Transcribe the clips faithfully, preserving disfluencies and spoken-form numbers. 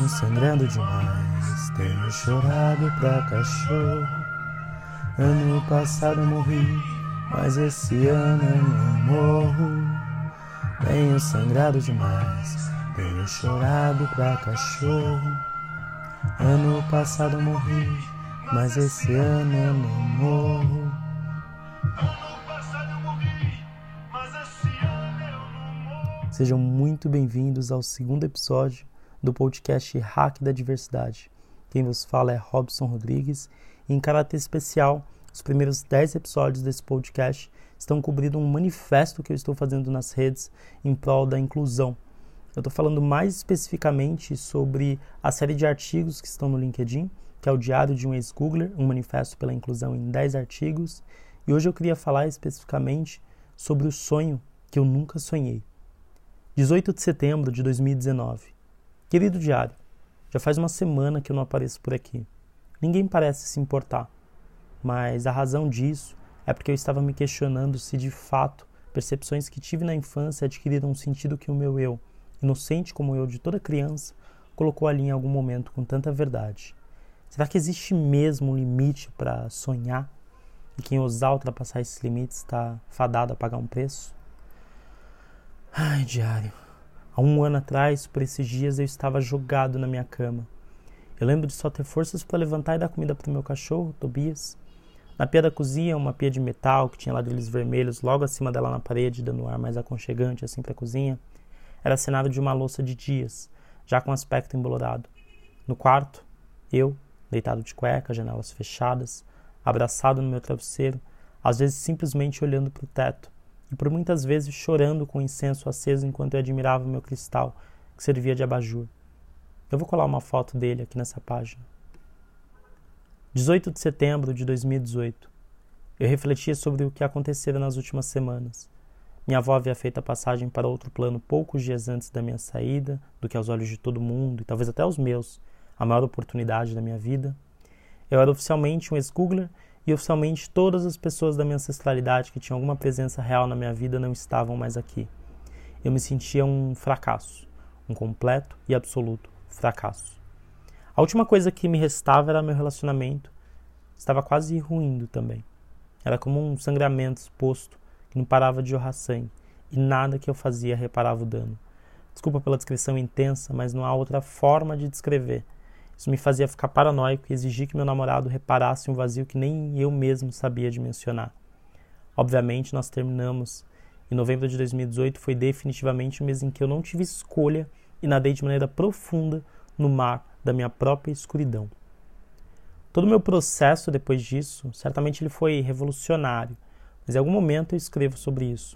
Venho sangrando demais, tenho chorado pra cachorro. Ano passado morri, mas esse ano eu não morro. Venho sangrado demais, tenho chorado pra cachorro. Ano passado morri, mas esse ano eu não morro. Sejam muito bem-vindos ao segundo episódio do podcast Hack da Diversidade. Quem vos fala é Robson Rodrigues e, em caráter especial, os primeiros dez episódios desse podcast estão cobrindo um manifesto que eu estou fazendo nas redes em prol da inclusão. Eu estou falando mais especificamente sobre a série de artigos que estão no LinkedIn, que é o Diário de um Ex-Googler, um manifesto pela inclusão em dez artigos. E hoje eu queria falar especificamente sobre o sonho que eu nunca sonhei. dezoito de setembro de dois mil e dezenove. Querido diário, já faz uma semana que eu não apareço por aqui. Ninguém parece se importar, mas a razão disso é porque eu estava me questionando se de fato percepções que tive na infância adquiriram um sentido que o meu eu, inocente como o eu de toda criança, colocou ali em algum momento com tanta verdade. Será que existe mesmo um limite para sonhar? E quem ousar ultrapassar esses limites está fadado a pagar um preço? Ai, diário. Há um ano atrás, por esses dias, eu estava jogado na minha cama. Eu lembro de só ter forças para levantar e dar comida para o meu cachorro, Tobias. Na pia da cozinha, uma pia de metal que tinha ladrilhos vermelhos logo acima dela na parede, dando um ar mais aconchegante assim para a cozinha, era cenário de uma louça de dias, já com aspecto embolorado. No quarto, eu, deitado de cueca, janelas fechadas, abraçado no meu travesseiro, às vezes simplesmente olhando para o teto, e por muitas vezes chorando com o incenso aceso enquanto eu admirava o meu cristal, que servia de abajur. Eu vou colar uma foto dele aqui nessa página. dezoito de setembro de dois mil e dezoito. Eu refletia sobre o que acontecera nas últimas semanas. Minha avó havia feito a passagem para outro plano poucos dias antes da minha saída, do que aos olhos de todo mundo, e talvez até aos meus, a maior oportunidade da minha vida. Eu era oficialmente um ex-Googler, e oficialmente todas as pessoas da minha ancestralidade que tinham alguma presença real na minha vida não estavam mais aqui. Eu me sentia um fracasso, um completo e absoluto fracasso. A última coisa que me restava era meu relacionamento. Estava quase ruindo também. Era como um sangramento exposto que não parava de jorrar sangue, e nada que eu fazia reparava o dano. Desculpa pela descrição intensa, mas não há outra forma de descrever. Isso me fazia ficar paranoico e exigir que meu namorado reparasse um vazio que nem eu mesmo sabia dimensionar. Obviamente, nós terminamos. Em novembro de dois mil e dezoito foi definitivamente o mês em que eu não tive escolha e nadei de maneira profunda no mar da minha própria escuridão. Todo o meu processo depois disso, certamente ele foi revolucionário, mas em algum momento eu escrevo sobre isso.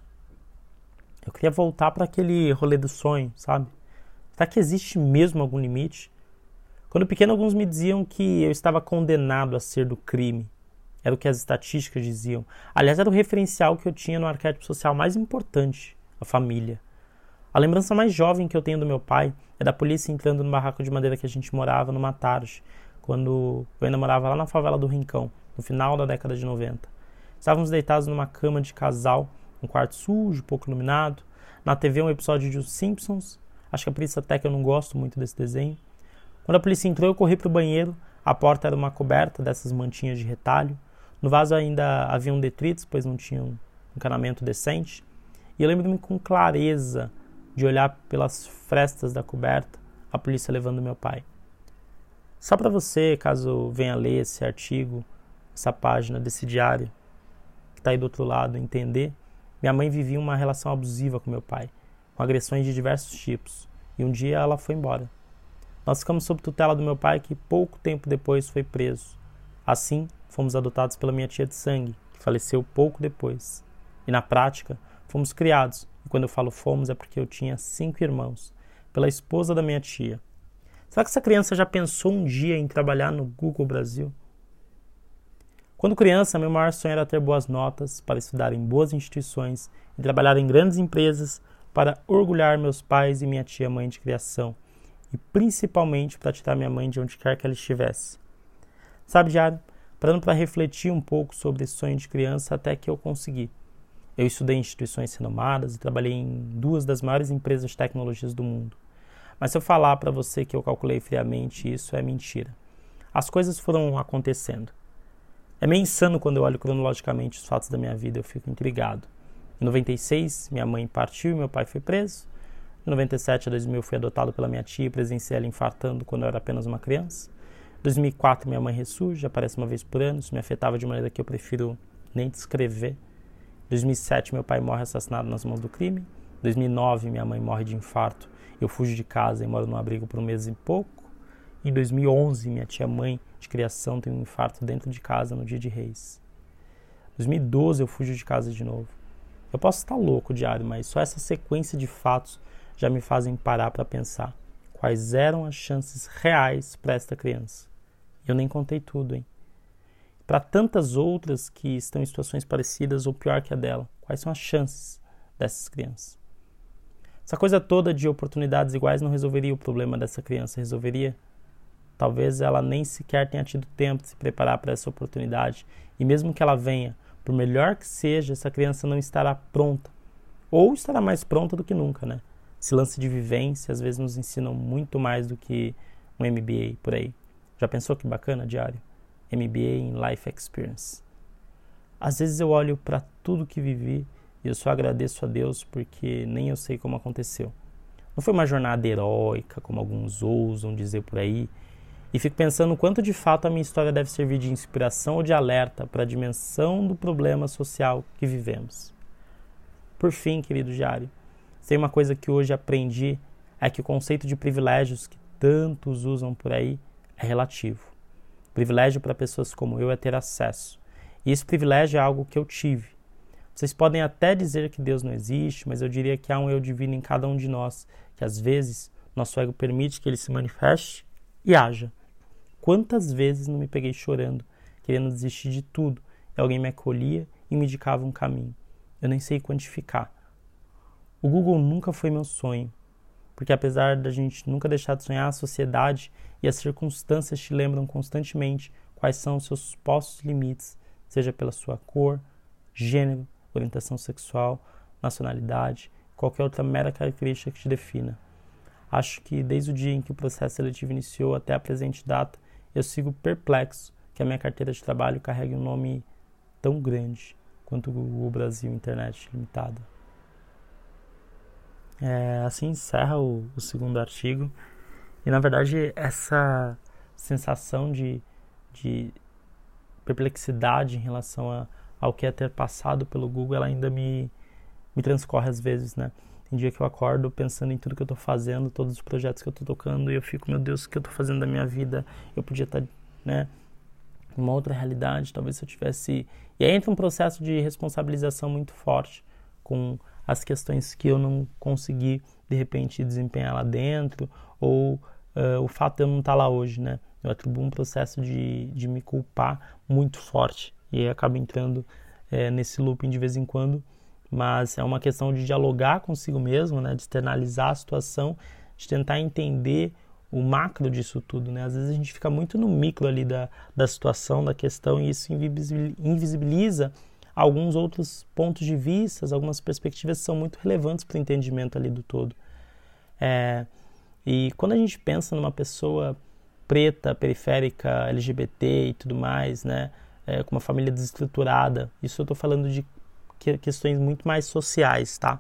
Eu queria voltar para aquele rolê do sonho, sabe? Será que existe mesmo algum limite? Quando pequeno, alguns me diziam que eu estava condenado a ser do crime. Era o que as estatísticas diziam. Aliás, era o referencial que eu tinha no arquétipo social mais importante, a família. A lembrança mais jovem que eu tenho do meu pai é da polícia entrando no barraco de madeira que a gente morava numa tarde, quando eu ainda morava lá na favela do Rincão, no final da década de noventa. Estávamos deitados numa cama de casal, um quarto sujo, pouco iluminado. Na T V um episódio de Os Simpsons. Acho que é por isso até que eu não gosto muito desse desenho. Quando a polícia entrou, eu corri para o banheiro. A porta era uma coberta dessas mantinhas de retalho. No vaso ainda haviam detritos, pois não tinha um encanamento decente. E eu lembro-me com clareza de olhar pelas frestas da coberta, a polícia levando meu pai. Só para você, caso venha ler esse artigo, essa página desse diário, que está aí do outro lado, entender, minha mãe vivia uma relação abusiva com meu pai, com agressões de diversos tipos. E um dia ela foi embora. Nós ficamos sob tutela do meu pai, que pouco tempo depois foi preso. Assim, fomos adotados pela minha tia de sangue, que faleceu pouco depois. E na prática, fomos criados, e quando eu falo fomos é porque eu tinha cinco irmãos, pela esposa da minha tia. Será que essa criança já pensou um dia em trabalhar no Google Brasil? Quando criança, meu maior sonho era ter boas notas, para estudar em boas instituições e trabalhar em grandes empresas para orgulhar meus pais e minha tia mãe de criação. E principalmente para tirar minha mãe de onde quer que ela estivesse. Sabe, diário, parando para refletir um pouco sobre esse sonho de criança até que eu consegui. Eu estudei em instituições renomadas e trabalhei em duas das maiores empresas de tecnologias do mundo. Mas se eu falar para você que eu calculei friamente, isso é mentira. As coisas foram acontecendo. É meio insano quando eu olho cronologicamente os fatos da minha vida, eu fico intrigado. Em noventa e seis, minha mãe partiu e meu pai foi preso. Em noventa e sete a dois mil, fui adotado pela minha tia e presenciei ela infartando quando eu era apenas uma criança. Em dois mil e quatro, minha mãe ressurge, aparece uma vez por ano. Isso me afetava de maneira que eu prefiro nem descrever. Em dois mil e sete, meu pai morre assassinado nas mãos do crime. Em dois mil e nove, minha mãe morre de infarto. Eu fujo de casa e moro num abrigo por um mês e pouco. Em dois mil e onze, minha tia-mãe de criação tem um infarto dentro de casa no dia de Reis. Em dois mil e doze, eu fujo de casa de novo. Eu posso estar louco, diário, mas só essa sequência de fatos já me fazem parar para pensar quais eram as chances reais para esta criança. Eu nem contei tudo, hein? Para tantas outras que estão em situações parecidas ou pior que a dela, quais são as chances dessas crianças? Essa coisa toda de oportunidades iguais não resolveria o problema dessa criança, resolveria? Talvez ela nem sequer tenha tido tempo de se preparar para essa oportunidade. E mesmo que ela venha, por melhor que seja, essa criança não estará pronta. Ou estará mais pronta do que nunca, né? Esse lance de vivência às vezes nos ensinam muito mais do que um M B A por aí. Já pensou que bacana, diário? M B A em Life Experience. Às vezes eu olho para tudo que vivi e eu só agradeço a Deus porque nem eu sei como aconteceu. Não foi uma jornada heróica, como alguns ousam dizer por aí, e fico pensando o quanto de fato a minha história deve servir de inspiração ou de alerta para a dimensão do problema social que vivemos. Por fim, querido diário, tem uma coisa que hoje aprendi, é que o conceito de privilégios que tantos usam por aí é relativo. Privilégio para pessoas como eu é ter acesso. E esse privilégio é algo que eu tive. Vocês podem até dizer que Deus não existe, mas eu diria que há um eu divino em cada um de nós, que às vezes nosso ego permite que ele se manifeste e haja. Quantas vezes não me peguei chorando, querendo desistir de tudo, e alguém me acolhia e me indicava um caminho. Eu nem sei quantificar. O Google nunca foi meu sonho, porque apesar da gente nunca deixar de sonhar, a sociedade e as circunstâncias te lembram constantemente quais são os seus supostos limites, seja pela sua cor, gênero, orientação sexual, nacionalidade, qualquer outra mera característica que te defina. Acho que desde o dia em que o processo seletivo iniciou até a presente data, eu sigo perplexo que a minha carteira de trabalho carregue um nome tão grande quanto o Google Brasil Internet Limitada. É, assim encerra o, o segundo artigo. E na verdade essa sensação de, de perplexidade em relação a, ao que é ter passado pelo Google, ela ainda me, me transcorre às vezes, né? Tem dia que eu acordo pensando em tudo que eu estou fazendo, todos os projetos que eu estou tocando, e eu fico, meu Deus, o que eu estou fazendo da minha vida? Eu podia estar, né, numa outra realidade, talvez se eu tivesse... E aí entra um processo de responsabilização muito forte com as questões que eu não consegui, de repente, desempenhar lá dentro, ou uh, o fato de eu não estar lá hoje, né? Eu atribuo um processo de, de me culpar muito forte, e aí acabo entrando é, nesse looping de vez em quando, mas é uma questão de dialogar consigo mesmo, né? De externalizar a situação, de tentar entender o macro disso tudo, né? Às vezes a gente fica muito no micro ali da, da situação, da questão, e isso invisibiliza alguns outros pontos de vista, algumas perspectivas que são muito relevantes para o entendimento ali do todo. É, e quando a gente pensa numa pessoa preta, periférica, L G B T e tudo mais, né, é, com uma família desestruturada, isso eu estou falando de que, questões muito mais sociais, tá?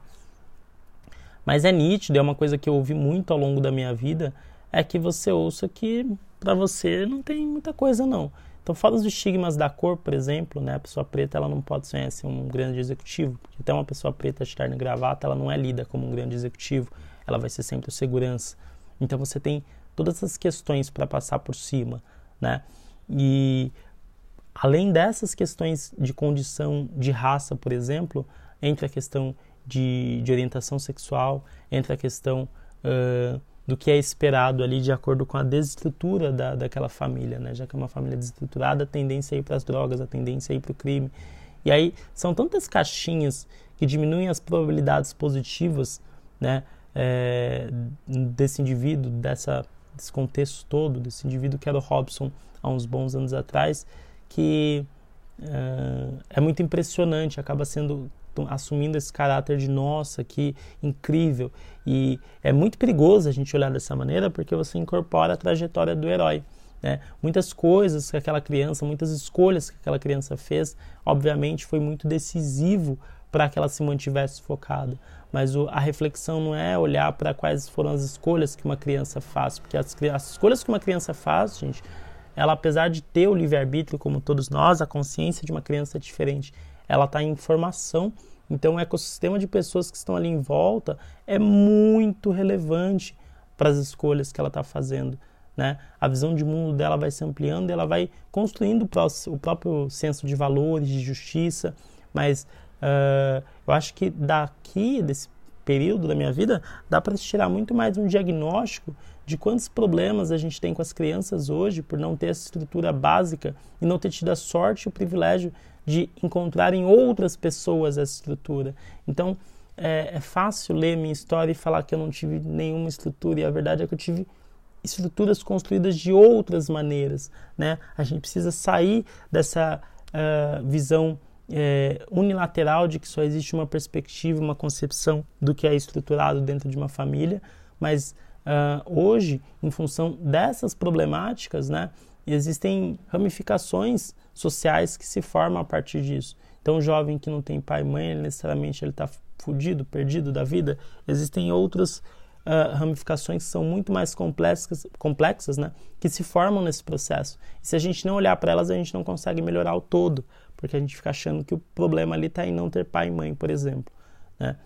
Mas é nítido, é uma coisa que eu ouvi muito ao longo da minha vida, é que você ouça que para você não tem muita coisa não. Então fala dos estigmas da cor, por exemplo, né? A pessoa preta ela não pode sonhar em ser um grande executivo, porque até uma pessoa preta de terno e gravata, ela não é lida como um grande executivo, ela vai ser sempre o segurança. Então você tem todas essas questões para passar por cima, né? E além dessas questões de condição de raça, por exemplo, entra a questão de, de orientação sexual, entra a questão uh, do que é esperado ali de acordo com a desestrutura da, daquela família, né? Já que é uma família desestruturada, a tendência é ir para as drogas, a tendência é ir para o crime. E aí são tantas caixinhas que diminuem as probabilidades positivas, né, é, desse indivíduo, dessa, desse contexto todo, desse indivíduo que era o Robson há uns bons anos atrás, que é, é muito impressionante, acaba sendo assumindo esse caráter de nossa, que incrível. E é muito perigoso a gente olhar dessa maneira, porque você incorpora a trajetória do herói, né? Muitas coisas que aquela criança, muitas escolhas que aquela criança fez, obviamente foi muito decisivo para que ela se mantivesse focada. Mas o, a reflexão não é olhar para quais foram as escolhas que uma criança faz, porque as, as escolhas que uma criança faz, gente, ela, apesar de ter o livre-arbítrio, como todos nós, a consciência de uma criança é diferente. Ela está em formação, então o ecossistema de pessoas que estão ali em volta é muito relevante para as escolhas que ela está fazendo, né? A visão de mundo dela vai se ampliando e ela vai construindo o, pró- o próprio senso de valores, de justiça, mas uh, eu acho que daqui, desse período da minha vida, dá para se tirar muito mais um diagnóstico de quantos problemas a gente tem com as crianças hoje por não ter essa estrutura básica e não ter tido a sorte e o privilégio de encontrar em outras pessoas essa estrutura. Então, é, é fácil ler minha história e falar que eu não tive nenhuma estrutura, e a verdade é que eu tive estruturas construídas de outras maneiras, né? A gente precisa sair dessa uh, visão É, unilateral de que só existe uma perspectiva, uma concepção do que é estruturado dentro de uma família, mas uh, hoje, em função dessas problemáticas, né, existem ramificações sociais que se formam a partir disso. Então, o jovem que não tem pai e mãe, ele, necessariamente ele está fudido, perdido da vida. Existem outras uh, ramificações que são muito mais complexas, complexas, né, que se formam nesse processo. E se a gente não olhar para elas, a gente não consegue melhorar o todo, porque a gente fica achando que o problema ali está em não ter pai e mãe, por exemplo, né?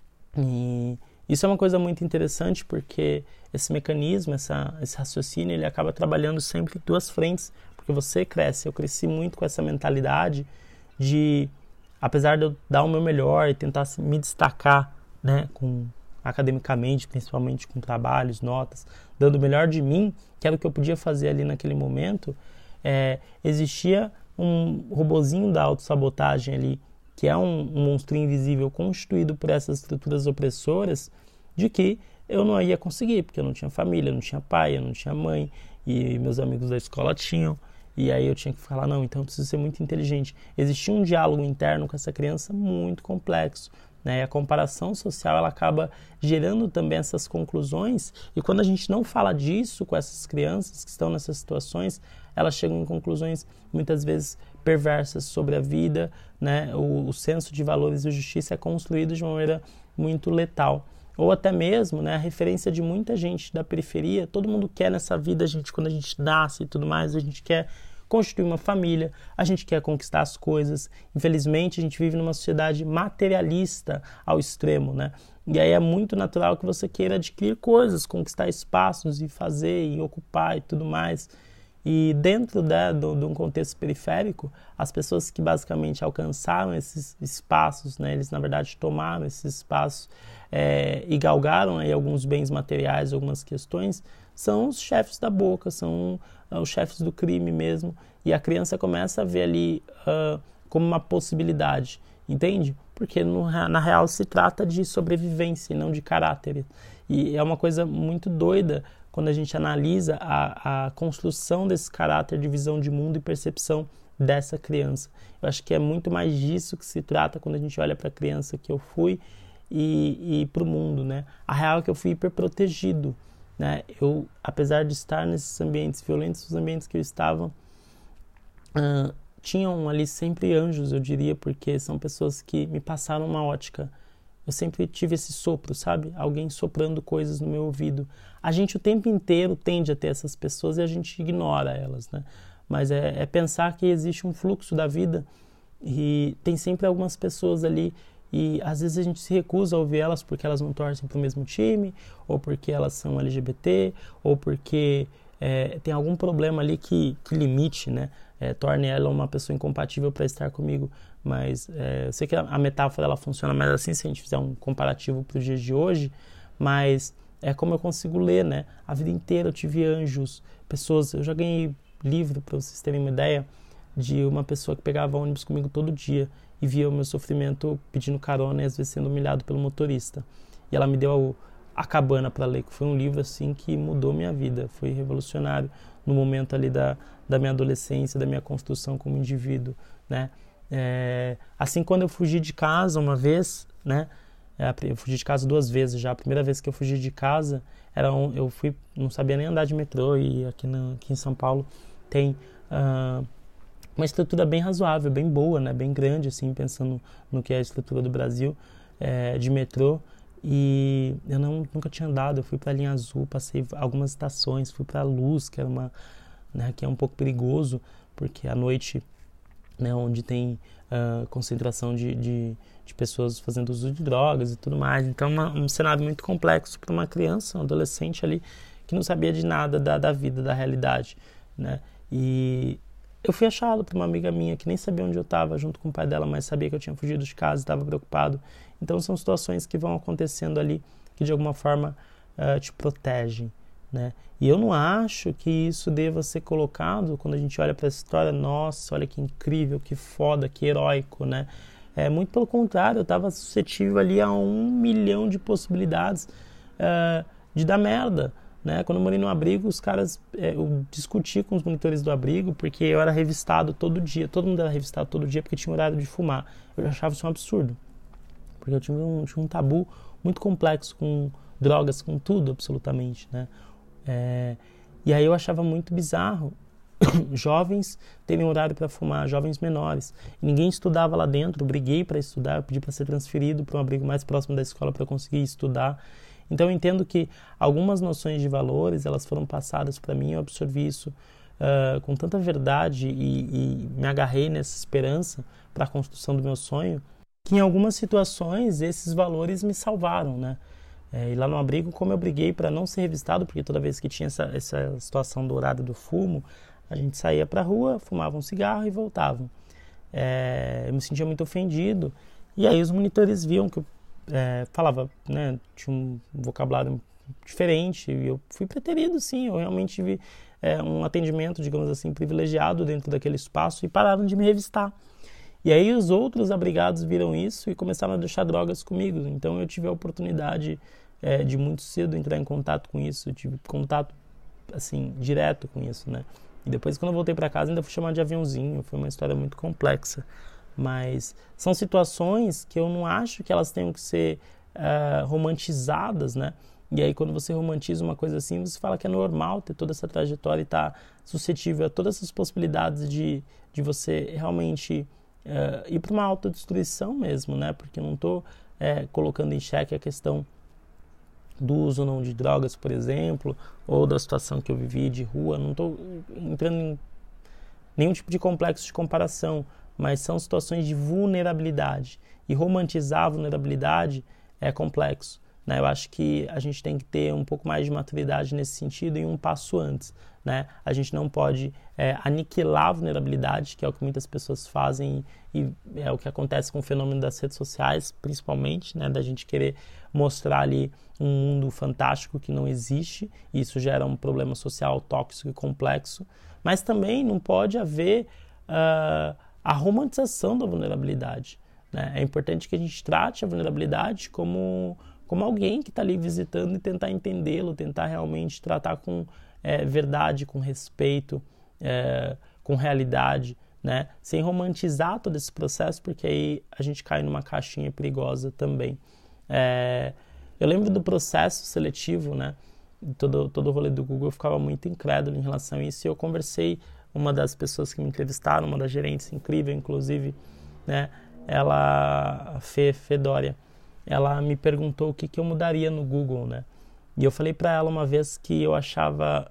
E isso é uma coisa muito interessante, porque esse mecanismo, essa, esse raciocínio, ele acaba trabalhando sempre em duas frentes, porque você cresce. Eu cresci muito com essa mentalidade de, apesar de eu dar o meu melhor e tentar me destacar, né, com, academicamente, principalmente com trabalhos, notas, dando o melhor de mim, que era o que eu podia fazer ali naquele momento, é, existia um robozinho da autossabotagem ali, que é um, um monstrinho invisível constituído por essas estruturas opressoras, de que eu não ia conseguir, porque eu não tinha família, eu não tinha pai, eu não tinha mãe, e meus amigos da escola tinham, e aí eu tinha que falar, não, então eu preciso ser muito inteligente. Existia um diálogo interno com essa criança muito complexo, né? E a comparação social, ela acaba gerando também essas conclusões, e quando a gente não fala disso com essas crianças que estão nessas situações, elas chegam em conclusões muitas vezes perversas sobre a vida, né? O, o senso de valores e justiça é construído de uma maneira muito letal. Ou até mesmo, né, a referência de muita gente da periferia. Todo mundo quer nessa vida, a gente, quando a gente nasce e tudo mais, a gente quer constituir uma família, a gente quer conquistar as coisas. Infelizmente, a gente vive numa sociedade materialista ao extremo, né? E aí é muito natural que você queira adquirir coisas, conquistar espaços e fazer e ocupar e tudo mais. E dentro, né, do, de um contexto periférico, as pessoas que basicamente alcançaram esses espaços, né, eles na verdade tomaram esses espaços é, e galgaram aí alguns bens materiais, algumas questões, são os chefes da boca, são uh, os chefes do crime mesmo, e a criança começa a ver ali uh, como uma possibilidade, entende? Porque no, na real se trata de sobrevivência e não de caráter, e é uma coisa muito doida quando a gente analisa a, a construção desse caráter de visão de mundo e percepção dessa criança. Eu acho que é muito mais disso que se trata quando a gente olha para a criança que eu fui e, e para o mundo, né? A real é que eu fui hiperprotegido, né? Eu, apesar de estar nesses ambientes violentos, os ambientes que eu estava, uh, tinham ali sempre anjos, eu diria, porque são pessoas que me passaram uma ótica. Eu sempre tive esse sopro, sabe? Alguém soprando coisas no meu ouvido. A gente o tempo inteiro tende a ter essas pessoas e a gente ignora elas, né? Mas é, é pensar que existe um fluxo da vida e tem sempre algumas pessoas ali e às vezes a gente se recusa a ouvir elas porque elas não torcem para o mesmo time, ou porque elas são L G B T, ou porque é, tem algum problema ali que, que limite, né? É, torne ela uma pessoa incompatível para estar comigo. Mas é, eu sei que a, a metáfora ela funciona mais assim se a gente fizer um comparativo para os dias de hoje, mas é como eu consigo ler, né? A vida inteira eu tive anjos, pessoas, eu já ganhei livro, para vocês terem uma ideia, de uma pessoa que pegava ônibus comigo todo dia e via o meu sofrimento pedindo carona e às vezes sendo humilhado pelo motorista. E ela me deu a, a Cabana para ler, que foi um livro assim que mudou minha vida, foi revolucionário no momento ali da, da minha adolescência, da minha construção como indivíduo, né? É, assim, quando eu fugi de casa uma vez, né, eu fugi de casa duas vezes já. A primeira vez que eu fugi de casa, era um, eu fui, não sabia nem andar de metrô, e aqui, na, aqui em São Paulo tem uh, uma estrutura bem razoável, bem boa, né, bem grande, assim, pensando no que é a estrutura do Brasil, é, de metrô. E eu não, nunca tinha andado. Eu fui para a linha azul, passei algumas estações, fui para a Luz, que era uma, né, que é um pouco perigoso, porque à noite, né, onde tem uh, concentração de, de, de pessoas fazendo uso de drogas e tudo mais. Então, uma, um cenário muito complexo para uma criança, um adolescente ali, que não sabia de nada da, da vida, da realidade, né? E eu fui achá-lo para uma amiga minha que nem sabia onde eu estava, junto com o pai dela, mas sabia que eu tinha fugido de casa e estava preocupado. Então, são situações que vão acontecendo ali, que de alguma forma uh, te protegem, né? E eu não acho que isso deva ser colocado, quando a gente olha para essa história, nossa, olha que incrível, que foda, que heróico, né? É, muito pelo contrário, eu estava suscetível ali a um milhão de possibilidades uh, de dar merda, né? Quando eu morei no abrigo, os caras, é, eu discuti com os monitores do abrigo, porque eu era revistado todo dia, todo mundo era revistado todo dia, porque tinha horário de fumar. Eu achava isso um absurdo, porque eu tinha um, tinha um tabu muito complexo com drogas, com tudo, absolutamente, né? É, e aí eu achava muito bizarro jovens terem horário para fumar, jovens menores. E ninguém estudava lá dentro. Eu briguei para estudar, eu pedi para ser transferido para um abrigo mais próximo da escola para eu conseguir estudar. Então eu entendo que algumas noções de valores, elas foram passadas para mim, eu absorvi isso uh, com tanta verdade e, e me agarrei nessa esperança para a construção do meu sonho, que em algumas situações esses valores me salvaram, né? É, e lá no abrigo, como eu briguei para não ser revistado, porque toda vez que tinha essa, essa situação do horário do fumo, a gente saía para a rua, fumava um cigarro e voltava. É, eu me sentia muito ofendido. E aí os monitores viam que eu é, falava, né, tinha um vocabulário diferente, e eu fui preterido, sim. Eu realmente tive é, um atendimento, digamos assim, privilegiado dentro daquele espaço, e pararam de me revistar. E aí os outros abrigados viram isso e começaram a deixar drogas comigo. Então eu tive a oportunidade é, de muito cedo entrar em contato com isso. Eu tive contato, assim, direto com isso, né? E depois, quando eu voltei para casa, ainda fui chamado de aviãozinho. Foi uma história muito complexa. Mas são situações que eu não acho que elas tenham que ser uh, romantizadas, né? E aí, quando você romantiza uma coisa assim, você fala que é normal ter toda essa trajetória e estar tá suscetível a todas essas possibilidades de, de você realmente uh, ir para uma autodestruição mesmo, né? Porque eu não estou uh, colocando em xeque a questão do uso ou não de drogas, por exemplo, ou da situação que eu vivi de rua. Não estou entrando em nenhum tipo de complexo de comparação, mas são situações de vulnerabilidade. E romantizar a vulnerabilidade é complexo, né? Eu acho que a gente tem que ter um pouco mais de maturidade nesse sentido e um passo antes, né? A gente não pode é, aniquilar a vulnerabilidade, que é o que muitas pessoas fazem, e é o que acontece com o fenômeno das redes sociais, principalmente, né? Da gente querer mostrar ali um mundo fantástico que não existe, e isso gera um problema social tóxico e complexo. Mas também não pode haver uh, a romantização da vulnerabilidade, né? É importante que a gente trate a vulnerabilidade como, como alguém que está ali visitando e tentar entendê-lo, tentar realmente tratar com é, verdade, com respeito, é, com realidade, né? Sem romantizar todo esse processo, porque aí a gente cai numa caixinha perigosa também. É, eu lembro do processo seletivo, né? Todo, todo o rolê do Google, eu ficava muito incrédulo em relação a isso, e eu conversei, uma das pessoas que me entrevistaram, uma das gerentes, incrível, inclusive, né? Ela, a Fê, Fê Dória, ela me perguntou o que, que eu mudaria no Google, né? E eu falei para ela uma vez que eu achava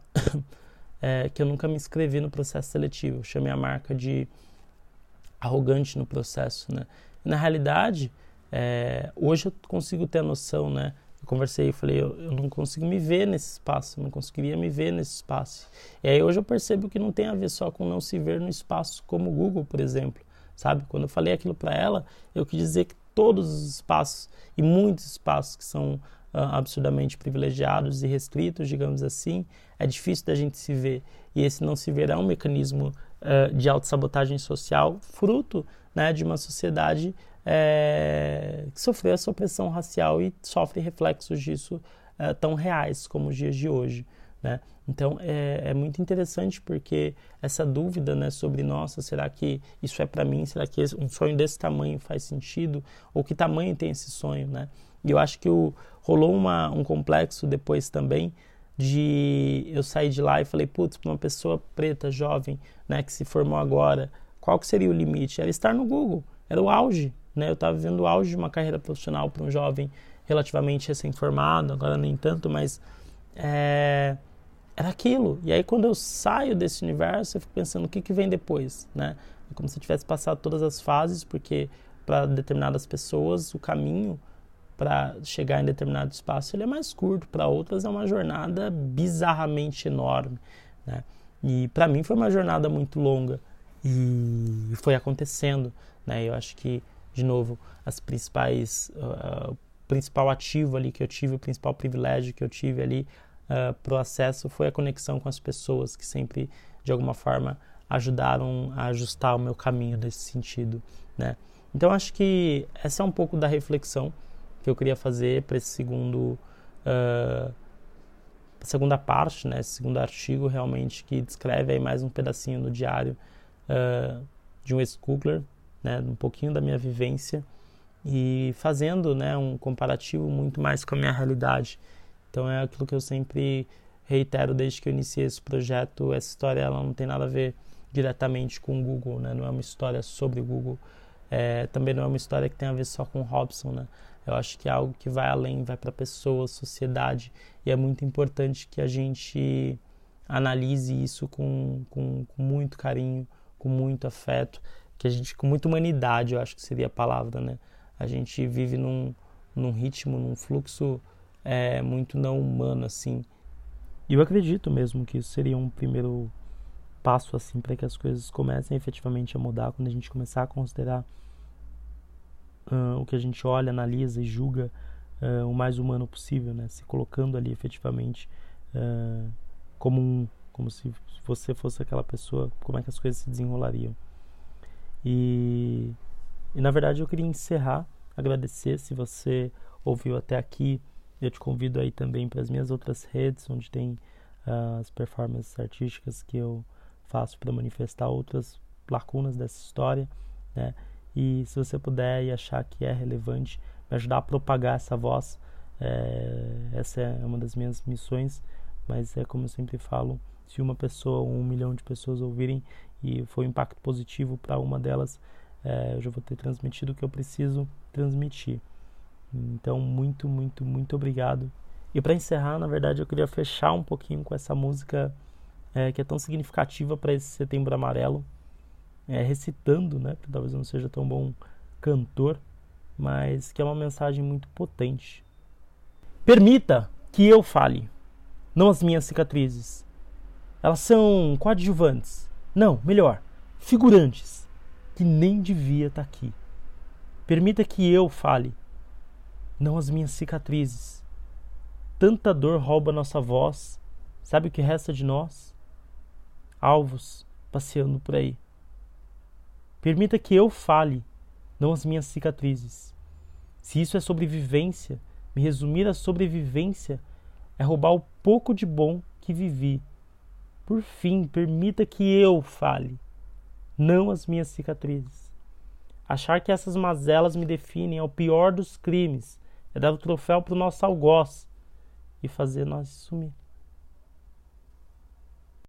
é, que eu nunca me inscrevi no processo seletivo. Eu chamei a marca de arrogante no processo, né? E, na realidade, é, hoje eu consigo ter a noção, né? Eu conversei e falei, eu, eu não consigo me ver nesse espaço, eu não conseguiria me ver nesse espaço. E aí hoje eu percebo que não tem a ver só com não se ver no espaço como o Google, por exemplo, sabe? Quando eu falei aquilo para ela, eu quis dizer que todos os espaços, e muitos espaços que são uh, absurdamente privilegiados e restritos, digamos assim, é difícil da gente se ver. E esse não se ver é um mecanismo uh, de autossabotagem social, fruto, né, de uma sociedade É, que sofreu essa opressão racial e sofre reflexos disso é, tão reais como os dias de hoje, né? Então é, é muito interessante porque essa dúvida, né, sobre, nossa, será que isso é para mim? Será que um sonho desse tamanho faz sentido? Ou que tamanho tem esse sonho, né? E eu acho que o, rolou uma, um complexo depois também de eu sair de lá e falei, putz, para uma pessoa preta, jovem, né, que se formou agora, qual que seria o limite? Era estar no Google, era o auge, né? Eu estava vivendo o auge de uma carreira profissional para um jovem relativamente recém-formado, agora nem tanto, mas é, era aquilo. E aí quando eu saio desse universo, eu fico pensando, o que, que vem depois, né? É como se eu tivesse passado todas as fases, porque para determinadas pessoas o caminho para chegar em determinado espaço ele é mais curto, para outras é uma jornada bizarramente enorme, né? E para mim foi uma jornada muito longa e foi acontecendo, né? Eu acho que, de novo, as principais, uh, o principal ativo ali que eu tive, o principal privilégio que eu tive ali uh, pro acesso foi a conexão com as pessoas que sempre, de alguma forma, ajudaram a ajustar o meu caminho nesse sentido, né? Então acho que essa é um pouco da reflexão que eu queria fazer para esse segundo uh, segunda parte, né, esse segundo artigo realmente que descreve aí mais um pedacinho no diário uh, de um ex-Googler, né, um pouquinho da minha vivência e fazendo, né, um comparativo muito mais com a minha realidade. Então é aquilo que eu sempre reitero desde que eu iniciei esse projeto. Essa história ela não tem nada a ver diretamente com o Google, né, não é uma história sobre o Google, é, também não é uma história que tem a ver só com o Robson, né. Eu acho que é algo que vai além, vai para pessoas, sociedade, e é muito importante que a gente analise isso com, com, com muito carinho, com muito afeto, que a gente, com muita humanidade, eu acho que seria a palavra, né? A gente vive num, num ritmo, num fluxo é, muito não humano, assim. E eu acredito mesmo que isso seria um primeiro passo, assim, para que as coisas comecem efetivamente a mudar, quando a gente começar a considerar Uh, o que a gente olha, analisa e julga uh, o mais humano possível, né? Se colocando ali efetivamente uh, como um, como se você fosse aquela pessoa, como é que as coisas se desenrolariam. E, e na verdade eu queria encerrar, agradecer se você ouviu até aqui. Eu te convido aí também para as minhas outras redes, onde tem uh, as performances artísticas que eu faço para manifestar outras lacunas dessa história, né? E se você puder e achar que é relevante, me ajudar a propagar essa voz, é, essa é uma das minhas missões, mas é como eu sempre falo, se uma pessoa ou um milhão de pessoas ouvirem e for um impacto positivo para uma delas, é, eu já vou ter transmitido o que eu preciso transmitir. Então, muito, muito, muito obrigado. E para encerrar, na verdade, eu queria fechar um pouquinho com essa música é, que é tão significativa para esse Setembro Amarelo. É, recitando, né, porque talvez eu não seja tão bom cantor, mas que é uma mensagem muito potente. Permita que eu fale, não as minhas cicatrizes. Elas são coadjuvantes, não, melhor, figurantes, que nem devia estar aqui. Permita que eu fale, não as minhas cicatrizes. Tanta dor rouba nossa voz, sabe o que resta de nós? Alvos passeando por aí. Permita que eu fale, não as minhas cicatrizes. Se isso é sobrevivência, me resumir a sobrevivência é roubar o pouco de bom que vivi. Por fim, permita que eu fale, não as minhas cicatrizes. Achar que essas mazelas me definem é o pior dos crimes, é dar o troféu para o nosso algoz e fazer nós sumir.